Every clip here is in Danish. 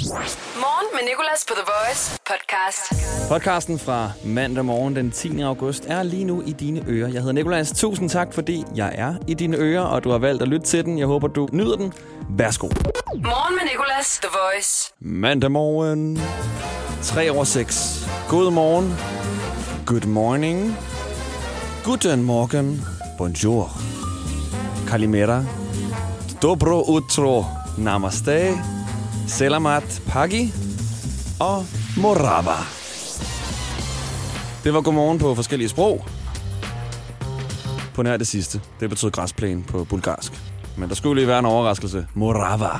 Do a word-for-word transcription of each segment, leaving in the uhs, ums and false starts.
Morgen med Nicolas på The Voice podcast. Podcasten fra mandag morgen den tiende august er lige nu i dine ører. Jeg hedder Nicolas. Tusind tak, fordi jeg er i dine ører, og du har valgt at lytte til den. Jeg håber, du nyder den. Værsgo. Morgen med Nicolas, The Voice. Mandag morgen. tre over seks. God morgen. Good morning. Guten morgen. Bonjour. Kalimera. Dobro utro. Namaste. Selamat pagi. Og morava. Det var godmorgen på forskellige sprog. På nær det sidste. Det betød græsplæne på bulgarsk. Men der skulle lige være en overraskelse. Morava.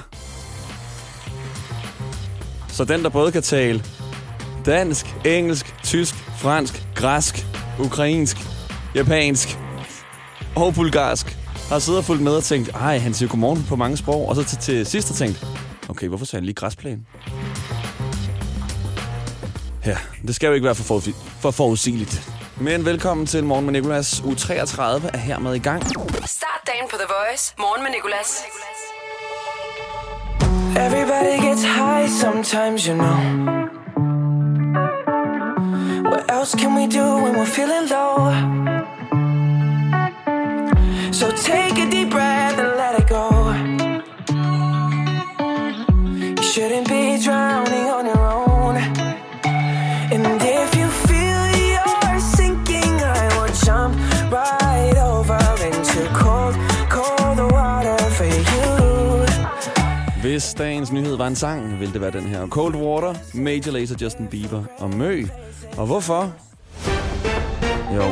Så den, der både kan tale dansk, engelsk, tysk, fransk, græsk, ukrainsk, japansk og bulgarsk, har siddet og fulgt med og tænkt, ej, han siger godmorgen på mange sprog. Og så til, til sidst tænkt, okay, hvorfor sagde han lige græsplæne? Ja, det skal jo ikke være for, forud- for forudsigeligt. Men velkommen til Morgen med Nicolas. U treogtredive er hermed i gang. Start dagen på The Voice. Morgen med Nicolas. Everybody gets high sometimes, you know. What else can we do when we're feeling low? So take a deep breath and let it go. You shouldn't be drowning on your own. And if you feel you're sinking, I will jump right over into cold, cold water for you. Hvis dagens nyhed var en sang, ville det være den her. Cold Water, Major Lazer, Justin Bieber og Mø. Og hvorfor? Jo.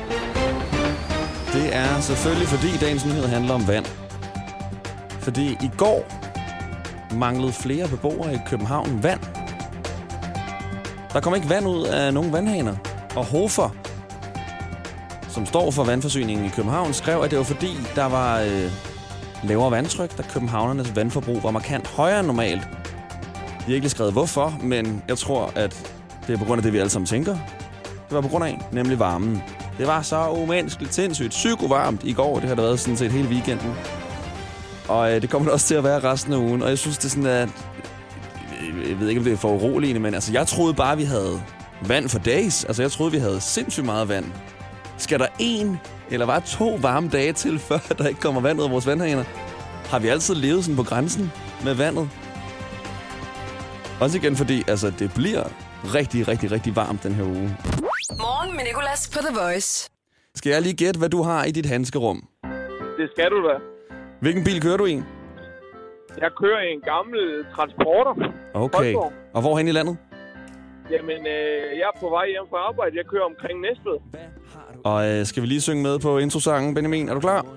Det er selvfølgelig, fordi dagens nyhed handler om vand. Fordi i går manglede flere beboere i København vand. Der kom ikke vand ud af nogen vandhaner. Og Hofer, som står for vandforsyningen i København, skrev, at det var fordi, der var øh, lavere vandtryk, da københavnernes vandforbrug var markant højere end normalt. De har ikke skrevet hvorfor, men jeg tror, at det er på grund af det, vi alle sammen tænker. Det var på grund af, nemlig varmen. Det var så umenneskeligt sindssygt psykovarmt i går. Det har der været sådan set hele weekenden. Og øh, det kommer det også til at være resten af ugen. Og jeg synes, det er sådan, at... Jeg ved ikke, om det er for uroligende, men altså, jeg troede bare, vi havde vand for days. Altså, jeg troede, vi havde sindssygt meget vand. Skal der en eller bare to varme dage til, før der ikke kommer vand ud af vores vandhaner? Har vi altid levet sådan på grænsen med vandet? Også igen, fordi altså, det bliver rigtig, rigtig, rigtig varmt den her uge. Morgen med Nicolas på The Voice. Skal jeg lige gætte, hvad du har i dit handskerum? Det skal du da. Hvilken bil kører du i? Jeg kører i en gammel transporter. Okay. Og hvorhen i landet? Jamen, øh, jeg er på vej hjem fra arbejde. Jeg kører omkring Næstved. Og øh, skal vi lige synge med på introsangen, Benjamin? Er du klar?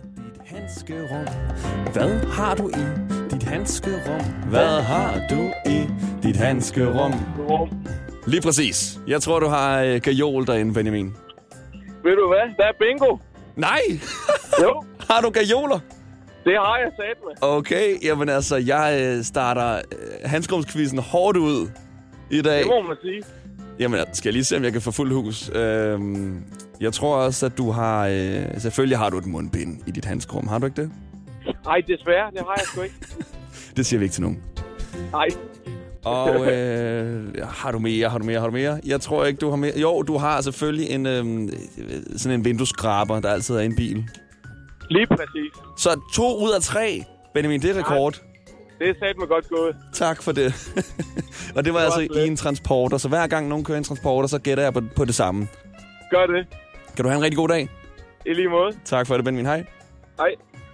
Hvad har du i dit handskerum? Hvad har du i dit handskerum? Lige præcis. Jeg tror, du har øh, gajol derinde, Benjamin. Ved du hvad? Der er bingo. Nej! Jo. Har du gajoler? Det har jeg sat med. Okay, jamen altså, jeg øh, starter øh, handskerumskvisten hårdt ud i dag. Det må man sige. Jamen, skal jeg lige se, om jeg kan få fuld hus. Øhm, jeg tror også, at du har... Øh, selvfølgelig har du et mundbind i dit handskerum. Har du ikke det? Nej, desværre. Det har jeg sgu ikke. Det siger vi ikke til nogen. Nej. Og øh, har du mere? Har du mere? Har du mere? Jeg tror ikke, du har mere. Jo, du har selvfølgelig en, øh, sådan en vindueskraber, der altid er i en bil. Lige præcis. Så to ud af tre, Benjamin, det er rekord. Det er satme godt gået. Tak for det. Og det var, det var altså i en transporter. Så hver gang nogen kører en transporter, så gætter jeg på, på det samme. Gør det. Kan du have en rigtig god dag? I lige måde. Tak for det, Benjamin. Hej. Hej.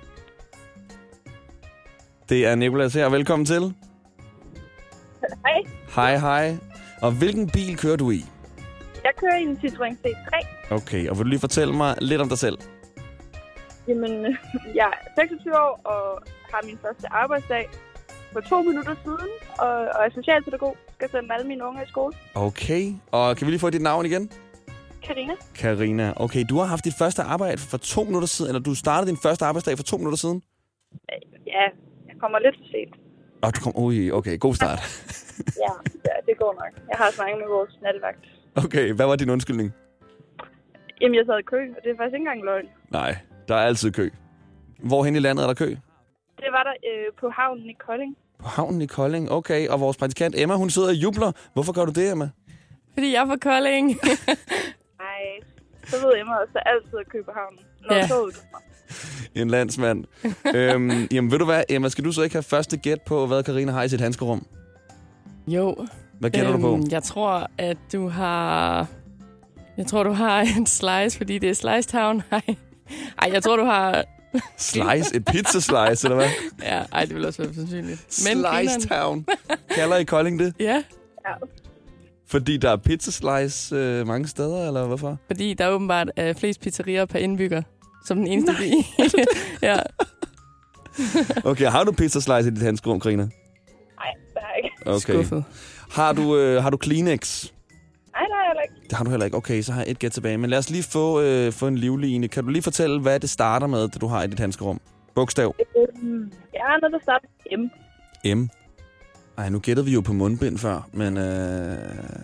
Det er Nicolas her. Velkommen til. Hej. Hej, hej. Og hvilken bil kører du i? Jeg kører i en Citroën C tre. Okay, og vil du lige fortælle mig lidt om dig selv? Jamen, jeg er seksogtyve år og har min første arbejdsdag for to minutter siden, og, og er socialpædagog. Skal sende alle mine unger i skole. Okay, og kan vi lige få dit navn igen? Karina. Karina. Okay, du har haft dit første arbejde for to minutter siden, eller du startede din første arbejdsdag for to minutter siden? Ja, jeg kommer lidt for sent. Åh, du kom... Ui, okay, god start. ja, ja, det går nok. Jeg har snakket med vores nattevagt. Okay, hvad var din undskyldning? Jamen, jeg sad i kø, og det er faktisk ikke engang løgn. Nej, der er altid kø. Hvorhen i landet er der kø? Det var der øh, på havnen i Kolding. På havnen i Kolding, okay. Og vores praktikant Emma, hun sidder og jubler. Hvorfor gør du det, Emma? Fordi jeg er fra Kolding. Nej, så ved Emma også altid at København. Når Ja. toget kommer. En landsmand. øhm, jamen, ved du hvad, Emma, skal du så ikke have første gæt på, hvad Karina har i sit handskerum? Jo. Hvad gætter øhm, du på? Jeg tror, at du har... Jeg tror, du har en slice, fordi det er Slice Town. Nej. Ej, jeg tror, du har... Slice? Et pizza-slice, eller hvad? Ja, ej, det vil også være sandsynligt. Slice Town. Kalder I Kolding det? Ja. Ja. Fordi der er pizza-slice øh, mange steder, eller hvorfor? Fordi der åbenbart er flest pizzerier per indbygger, som den eneste by. Ja. Okay, har du pizza-slice i dit handskerum, Karina? Nej, det har jeg ikke. Okay. Skuffet. Har du, øh, har du Kleenex? Nej, det har jeg heller ikke. Det har du heller ikke. Okay, så har jeg et gæt tilbage. Men lad os lige få, øh, få en livline. Kan du lige fortælle, hvad det starter med, det du har i dit handskerum? Bogstav? Øhm, jeg har noget, der starter M. M. Ej, nu gættede vi jo på mundbind før, men... Øh...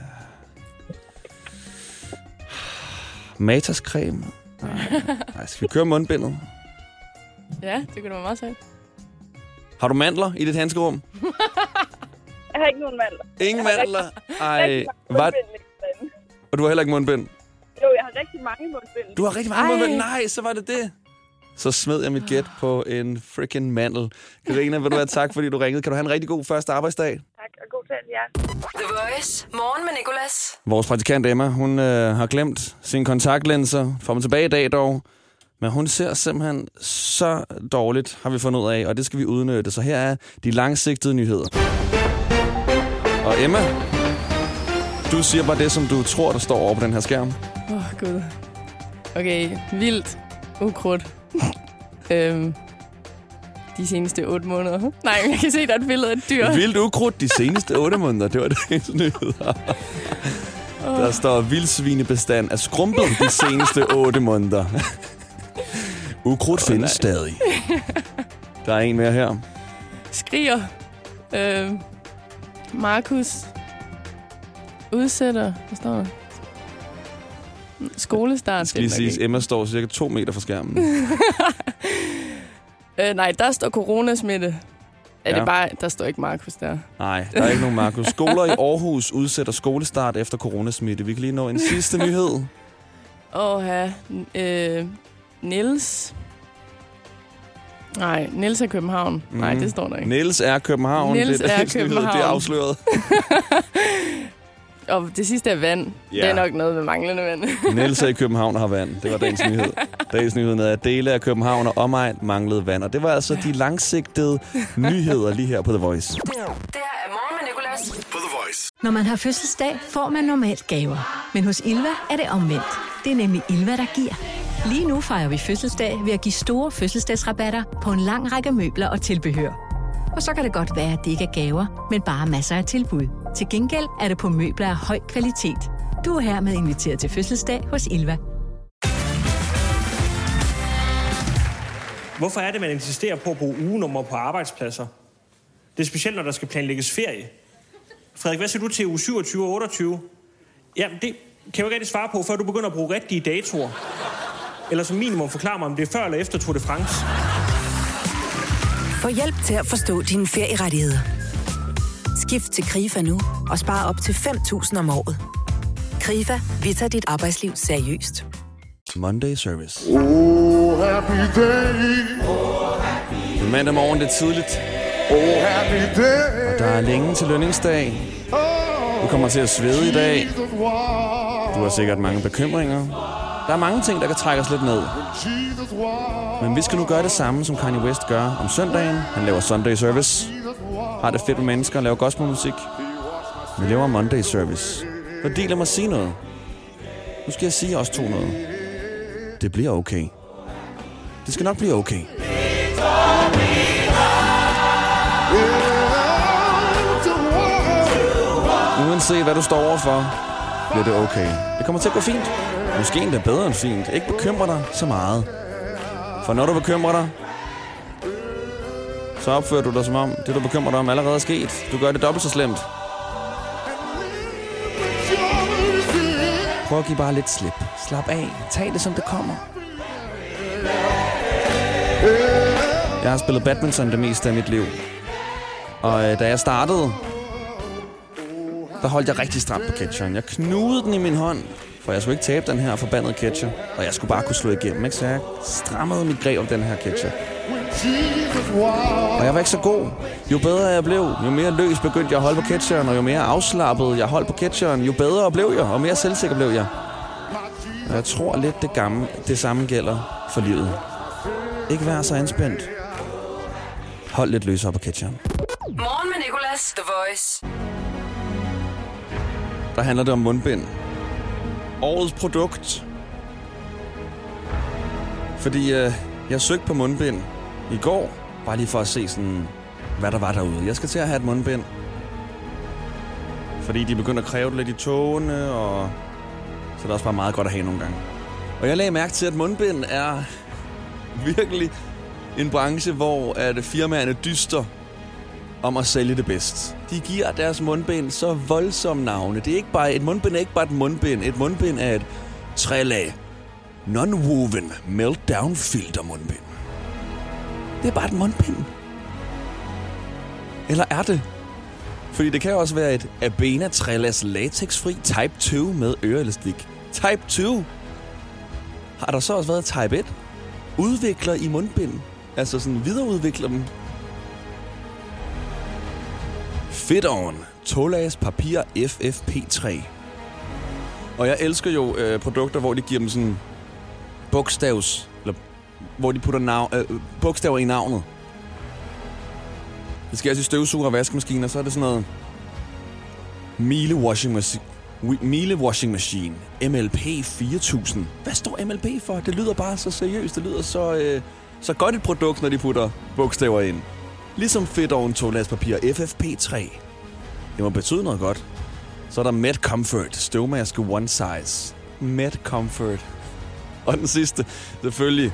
Matascreme? Nej, skal vi køre mundbindet? Ja, det kunne da være meget sejt. Har du mandler i dit handskerum? Jeg har ikke nogen mandler. Ingen Jeg har mandler? rigtig- Ej, rigtig mange hvad? mundbind liggende derinde. Og du har heller ikke mundbind? Jo, jeg har rigtig mange mundbind. Du har rigtig mange Ej. mundbind? Nej, så var det det. Så smed jeg mit gæt på en freaking mandel. Karina, vil du have tak, fordi du ringede. Kan du have en rigtig god første arbejdsdag? Tak, og god dag til jer. The Voice. Morgen med Nicolas. Vores praktikant Emma, hun øh, har glemt sine kontaktlinser. Får dem tilbage i dag dog. Men hun ser simpelthen så dårligt, har vi fundet ud af. Og det skal vi udnytte. Så her er de langsigtede nyheder. Og Emma, du siger bare det, som du tror, der står over på den her skærm. Åh, oh, gud. Okay, vildt. Ukrudt. øhm, de seneste otte måneder. Nej, men jeg kan se, der er et billede af et dyr. Vildt ukrudt de seneste otte måneder. Det var dagens nyheder. Der står vildsvinebestand er skrumpet de seneste otte måneder. Ukrudt findes nej. stadig. Der er en mere her. Skriger. Øhm, Markus. Udsætter. Hvad står der? Skolestart. Jeg skal lige sige, Emma står cirka to meter fra skærmen. øh, nej, der står coronasmitte. Er Ja. det bare... Der står ikke Markus der. Nej, der er ikke nogen Markus. Skoler i Aarhus udsætter skolestart efter coronasmitte. Vi kan lige nå en sidste nyhed. Åh, ja. Øh, Niels. Nej, Niels er København. Mm. Nej, det står der ikke. Niels er København. Niels det er, er dagens nyhed. København. Det er afsløret. Og det sidste er vand. Ja. Det er nok noget med manglende vand. Niels er i København og har vand. Det var dagens nyhed. Dagens nyhed er, at dele af København og omegn manglede vand. Og det var altså de langsigtede nyheder lige her på The Voice. Det her er Morgen med Nicolas. På The Voice. Når man har fødselsdag, får man normalt gaver. Men hos Ilva er det omvendt. Det er nemlig Ilva, der giver. Lige nu fejrer vi fødselsdag ved at give store fødselsdagsrabatter på en lang række møbler og tilbehør. Og så kan det godt være, at det ikke er gaver, men bare masser af tilbud. Til gengæld er det på møbler af høj kvalitet. Du er hermed inviteret til fødselsdag hos Ilva. Hvorfor er det, man insisterer på at bruge ugenummer på arbejdspladser? Det er specielt, når der skal planlægges ferie. Frederik, hvad siger du til uge syvogtyve og otteogtyve? Jamen, det kan jeg jo ikke rigtig svare på, før du begynder at bruge rigtige datoer. Eller som minimum forklare mig, om det er før eller efter Tour de France. Få hjælp til at forstå dine ferierettigheder. Skift til KRIFA nu og spar op til fem tusind om året. KRIFA, vi tager dit arbejdsliv seriøst. Monday Service. Oh, happy day. Det er mandag morgen, det er tidligt. Oh, happy day. Og der er længe til lønningsdag. Du kommer til at svede i dag. Du har sikkert mange bekymringer. Der er mange ting, der kan trække os lidt ned. Men vi skal nu gøre det samme, som Kanye West gør om søndagen. Han laver Sunday Service. Har det fedt med mennesker, laver gospelmusik. Vi laver Monday Service. Fordi lad mig sige noget. Nu skal jeg sige os to noget. Det bliver okay. Det skal nok blive okay. Uanset hvad du står overfor, bliver det okay. Det kommer til at gå fint. Måske endda bedre end fint. Ikke bekymre dig så meget. For når du bekymrer dig, så opfører du dig som om, det du bekymrer dig om allerede er sket. Du gør det dobbelt så slemt. Prøv at give bare lidt slip. Slap af. Tag det som det kommer. Jeg har spillet badminton det meste af mit liv. Og øh, da jeg startede, der holdt jeg rigtig stramt på catcheren. Jeg knudede den i min hånd, for jeg skulle ikke tabe den her forbandede catcher. Og jeg skulle bare kunne slå igennem, ikke? Så jeg strammede mit greb om den her catcher. Og jeg var ikke så god. Jo bedre jeg blev, jo mere løs begyndte jeg at holde på catcheren, og jo mere afslappet jeg holdt på catcheren, jo bedre blev jeg, og mere selvsikker blev jeg. Og jeg tror lidt det, gamle, det samme gælder for livet. Ikke være så anspændt. Hold lidt løsere på catcheren. Morgen med Nicolas, The Voice. Der handler det om mundbind. Årets produkt. Fordi øh, jeg søgte på mundbind i går, bare lige for at se, sådan, hvad der var derude. Jeg skal til at have et mundbind. Fordi de begynder at kræve det lidt i togene, og så det er også bare meget godt at have nogle gange. Og jeg lagde mærke til, at mundbind er virkelig en branche, hvor at firmaerne dyster om at sælge det bedst. De giver deres mundbind så voldsomme navne. Det er ikke bare, et mundbind er ikke bare et mundbind. Et mundbind er et trælag. Non-woven meltdown filter mundbind. Det er bare et mundbind. Eller er det? Fordi det kan jo også være et Abena trælags latexfri Type to med øreelastik. Type to? Har der så også været Type et? Udvikler i mundbind. Altså sådan videreudvikler dem. Fit-On. Tolags papir F F P tre. Og jeg elsker jo øh, produkter, hvor de giver dem sådan bogstavs... Eller hvor de putter nav, øh, bogstaver i navnet. Det skal altså i støvsuger og vaskemaskiner, så er det sådan noget... Miele Washing Machine. Miele Washing Machine. M L P fire tusind. Hvad står M L P for? Det lyder bare så seriøst. Det lyder så, øh, så godt et produkt, når de putter bogstaver ind. Ligesom Fit-On toiletpapir F F P tre. Det må betyde noget godt. Så er der Med Comfort. Støvmaske One Size. Med Comfort. Og den sidste, selvfølgelig.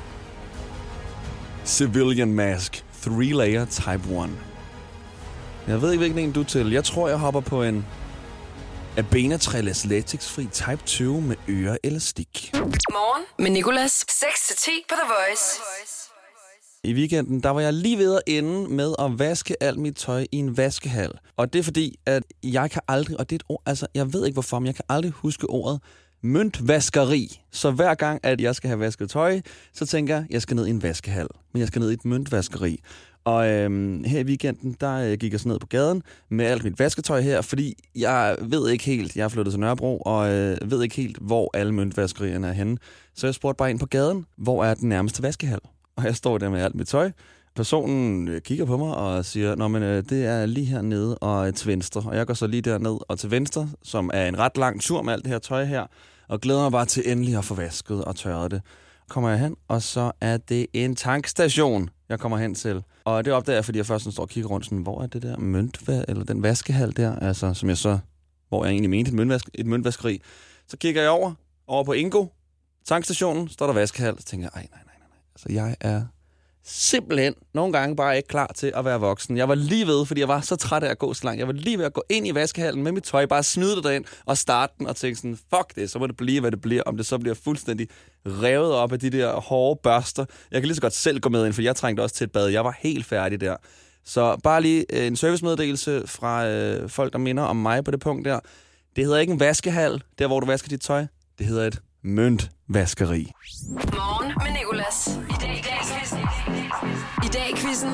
Civilian Mask. Three Layer Type one. Jeg ved ikke, hvilken en du er til. Jeg tror, jeg hopper på en Abena trælags latexfri Type to med øreelastik. Morgen med Nicolas. seks til ti på The Voice. I weekenden, der var jeg lige ved at ende med at vaske alt mit tøj i en vaskehal. Og det er fordi, at jeg kan aldrig, og det er et ord, altså jeg ved ikke hvorfor, men jeg kan aldrig huske ordet møntvaskeri. Så hver gang, at jeg skal have vasket tøj, så tænker jeg, at jeg skal ned i en vaskehal. Men jeg skal ned i et møntvaskeri. Og øhm, her i weekenden, der øh, gik jeg så ned på gaden med alt mit vasketøj her, fordi jeg ved ikke helt, jeg er flyttet til Nørrebro, og øh, ved ikke helt, hvor alle møntvaskerierne er henne. Så jeg spurgte bare ind på gaden, hvor er den nærmeste vaskehal? Og jeg står der med alt mit tøj. Personen øh, kigger på mig og siger, nå, men øh, det er lige hernede og til venstre. Og jeg går så lige derned og til venstre, som er en ret lang tur med alt det her tøj her, og glæder mig bare til endelig at få vasket og tørret det. Kommer jeg hen, og så er det en tankstation, jeg kommer hen til. Og det opdager jeg, fordi jeg først sådan står og kigger rundt, sådan, hvor er det der mønt, eller den vaskehal der, altså, som jeg så, hvor jeg egentlig mente et, møntvask, et møntvaskeri. Så kigger jeg over, over på Ingo, tankstationen, står der vaskehal, så tænker jeg, ej, nej, nej, nej, nej. Altså, jeg er simpelthen nogle gange bare ikke klar til at være voksen. Jeg var lige ved, fordi jeg var så træt af at gå så langt. Jeg var lige ved at gå ind i vaskehallen med mit tøj, bare smide det derind og starte den og tænke sådan, fuck det, så må det blive, hvad det bliver. Om det så bliver fuldstændig revet op af de der hårde børster. Jeg kan lige så godt selv gå med ind, for jeg trængte også til et bad. Jeg var helt færdig der. Så bare lige en servicemeddelelse fra øh, folk, der minder om mig på det punkt der. Det hedder ikke en vaskehal, der hvor du vasker dit tøj. Det hedder et møntvaskeri. Morgen med Nicolas. I dag i quizzen. I dag i quizzen.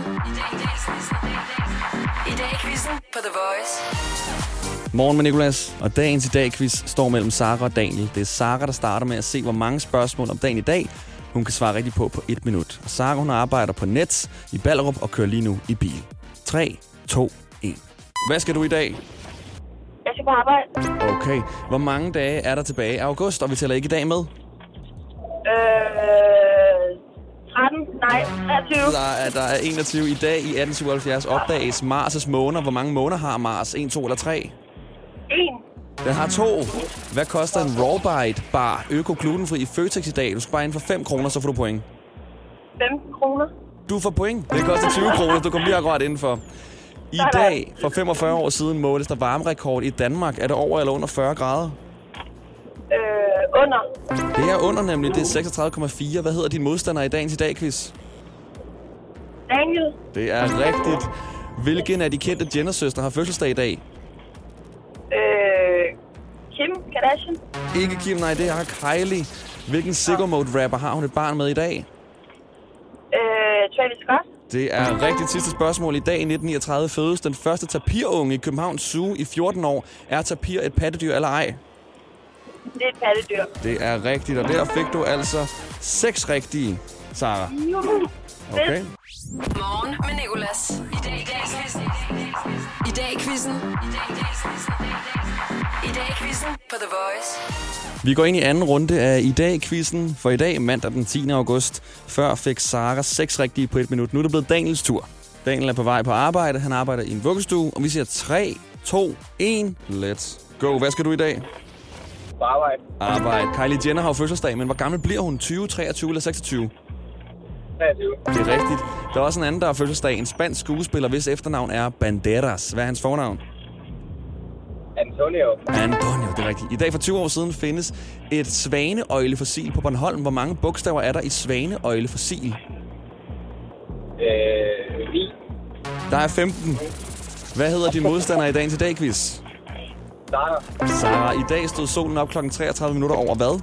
I dag i quizzen på The Voice. Morgen med Nicolas, og dagens i dag quiz står mellem Sara og Daniel. Det er Sara, der starter med at se, hvor mange spørgsmål om dagen i dag, hun kan svare rigtigt på på et minut. Og Sara, hun arbejder på Nets i Ballerup og kører lige nu i bil. tre, to, et. Hvad skal du i dag? Jeg skal på arbejde. Okay. Hvor mange dage er der tilbage af august, og vi tæller ikke i dag med? Øh, tretten, nej, treogtyve. Der er, der er enogtyve i dag. I atten syvoghalvfjerds opdages Mars' måner. Hvor mange måner har Mars? en, to eller tre? en. Den har to. Hvad koster en Raw Bite bar øko-glutenfri i Føtex i dag? Du skal bare ind for fem kroner, så får du point. femten kroner. Du får point. Det koster tyve kroner. Du kommer lige akkurat indenfor. I dag, for femogfyrre år siden, måles der varmerekord i Danmark. Er det over eller under fyrre grader? Øh, under. Det er under nemlig. Det er seksogtredive komma fire. Hvad hedder din modstander i dagens i dag, quiz? Daniel. Det er rigtigt. Hvilken af de kendte Jenner-søstre har fødselsdag i dag? Øh, Kim Kardashian. Ikke Kim, nej, det er Kylie. Hvilken Sicko Mode-rapper har hun et barn med i dag? Øh, Travis Scott. Det er rigtigt sidste spørgsmål. I dag i nitten niogtredive fødes den første tapirunge i Københavns Zoo i fjorten år. Er tapir et pattedyr eller ej? Det er et pattedyr. Det er rigtigt, og der fik du altså seks rigtige, Sara. Okay. Morgen med Nicolas. I dag i quizzen. I dag i quizzen. I dag i quizzen på The Voice. Vi går ind i anden runde af I dag-quizzen, for i dag, mandag den tiende august. Før fik Sara seks rigtige på et minut. Nu er det blevet Daniels tur. Daniel er på vej på arbejde. Han arbejder i en vuggestue, og vi siger tre, to, et. Let's go. Hvad skal du i dag? På arbejde. Arbejde. Kylie Jenner har jo fødselsdag, men hvor gammel bliver hun? tyve, treogtyve eller seksogtyve? treogtyve. Det er rigtigt. Der er også en anden, der har fødselsdag. En spansk skuespiller, hvis efternavn er Banderas. Hvad er hans fornavn? Antonio. Antonio, det er rigtigt. I dag for tyve år siden findes et svaneøglefossil på Bornholm. Hvor mange bogstaver er der i svaneøglefossil? Øh, ni. Der er femten. Hvad hedder din modstander i dagens i dag-quiz? Sara. Sara, i dag stod solen op klokken treogtredive minutter over hvad?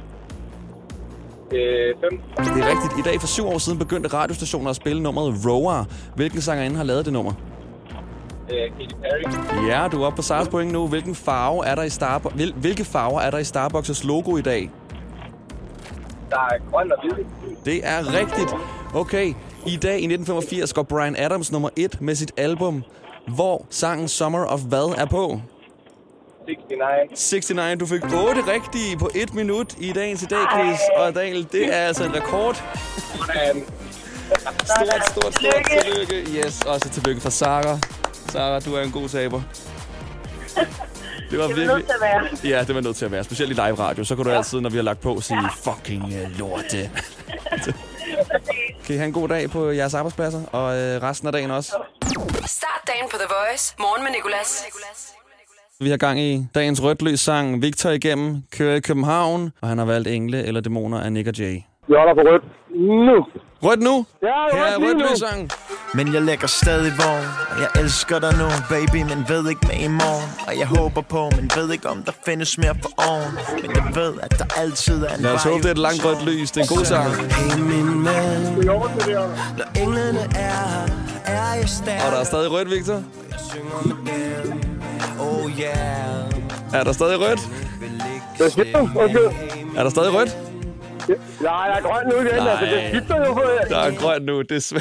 Øh, fem. Det er rigtigt. I dag for syv år siden begyndte radiostationer at spille nummeret Roar. Hvilken sangerinde har lavet det nummer? Øh, Katy Perry. Ja, du er oppe på Saras point nu. Hvilken farve er der i Starbucks? Hvil- hvilke farver er der i Starbucks' logo i dag? Der er grøn og hvid. Det er rigtigt. Okay, i dag i nitten femogfirs går Bryan Adams nummer et med sit album, hvor sangen Summer of hvad er på? seksogtres. seksogtres. Du fik otte rigtige på et minut i dagens i dag-quiz. Og Daniel, det er altså en rekord. Stort, stort, stort tillykke. Yes, også tillykke fra Sara. Sara, du er en god taber. Det var, det var virkelig... nødt til at være. Ja, det var nødt til at være. Specielt i live radio. Så kan du ja. altid, når vi har lagt på, sige fucking uh, lorte. Kan I have en god dag på jeres arbejdspladser, og uh, resten af dagen også. Start dagen på The Voice. Morgen med Nicolas. Vi har gang i dagens rødt-lys-sang Victor igennem kører i København, og han har valgt Engle eller Dæmoner af Nick og Jay. Jeg holder på rødt nu. Rødt nu? Ja, Her er rødt lige nu. rødt-lys-sang. Men jeg lægger stadig vogn, og jeg elsker dig nu, baby, men ved ikke med i morgen. Og jeg håber på, men ved ikke om der findes mere for oven. Men jeg ved, at der altid er en Lad os håbe, det er et langt rødt lys. Det er en god sang. Hey, min mand, når englene er her, er jeg stærk. Og der er stadig rødt, Victor. Jeg synger med dem, oh yeah. Er der stadig rødt? Hvad siger du? Okay. Er der stadig rødt? Nej, der er grønt nu igen. Altså, det skifter jo på. Der er grønt nu, det er svært.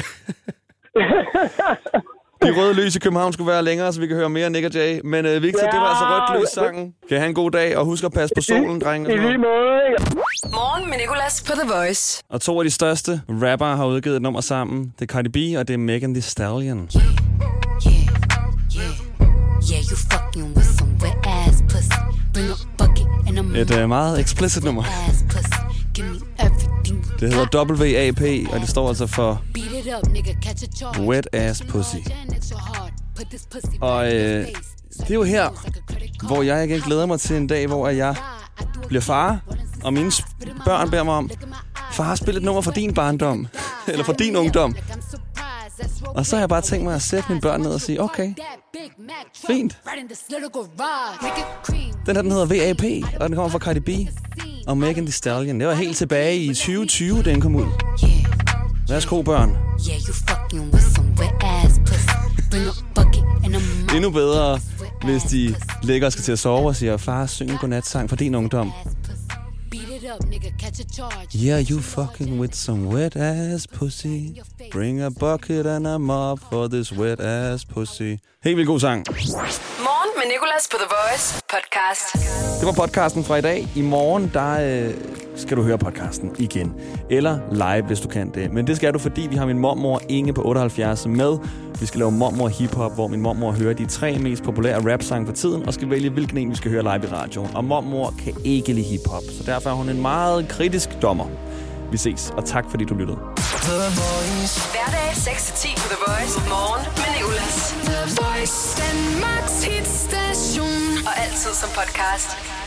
De røde lys i København skulle være længere, så vi kan høre mere Nick og Jay. Men uh, Victor, ja, det var altså rødt lys sangen. Kan I have en god dag, og husk at passe på solen, drenge. I lige måde, ikke? Morgen med Nicolas på The Voice. Og to af de største rappere har udgivet et nummer sammen. Det er Cardi B, og det er Megan Thee Stallion. Yeah, yeah, yeah, you fucking with some wet ass pussy. Bring a bucket and a Et uh, meget explicit nummer. ass pussy. Give me everything. Det hedder W A P, og det står altså for Beat it up, nigga, catch a charge. Wet Ass Pussy. Og øh, det er jo her, hvor jeg igen glæder mig til en dag, hvor jeg bliver far, og mine børn beder mig om, far, spil et nummer for din barndom, eller for din ungdom. Og så har jeg bare tænkt mig at sætte mine børn ned og sige, okay, fint. Den her, den hedder W A P, og den kommer fra Cardi B og Megan Thee Stallion. Det var helt tilbage i tyve tyve, den kom ud. Værsgo, børn. Endnu bedre, hvis de ligger og skal til at sove og siger, far, syng en godnatsang for din ungdom. Yeah, you fucking with some wet ass pussy. Bring a bucket and a mop for this wet ass pussy. Helt vildt god sang. Morgen med Nicolas på The Voice podcast. Det var podcasten fra i dag. I morgen, der øh, skal du høre podcasten igen. Eller live, hvis du kan det. Men det skal du, fordi vi har min mormor Inge på otteoghalvfjerds med. Vi skal lave mormor hiphop, hvor min mormor hører de tre mest populære rap-sange for tiden, og skal vælge, hvilken en vi skal høre live i radioen. Og mormor kan ikke lide hiphop, så derfor er hun en meget kritisk dommer. Vi ses, og tak fordi du lyttede. Hverdag seks til ti på The Voice. Morgen med Nicolas. The Voice. Danmarks hitstation. Og altid som podcast.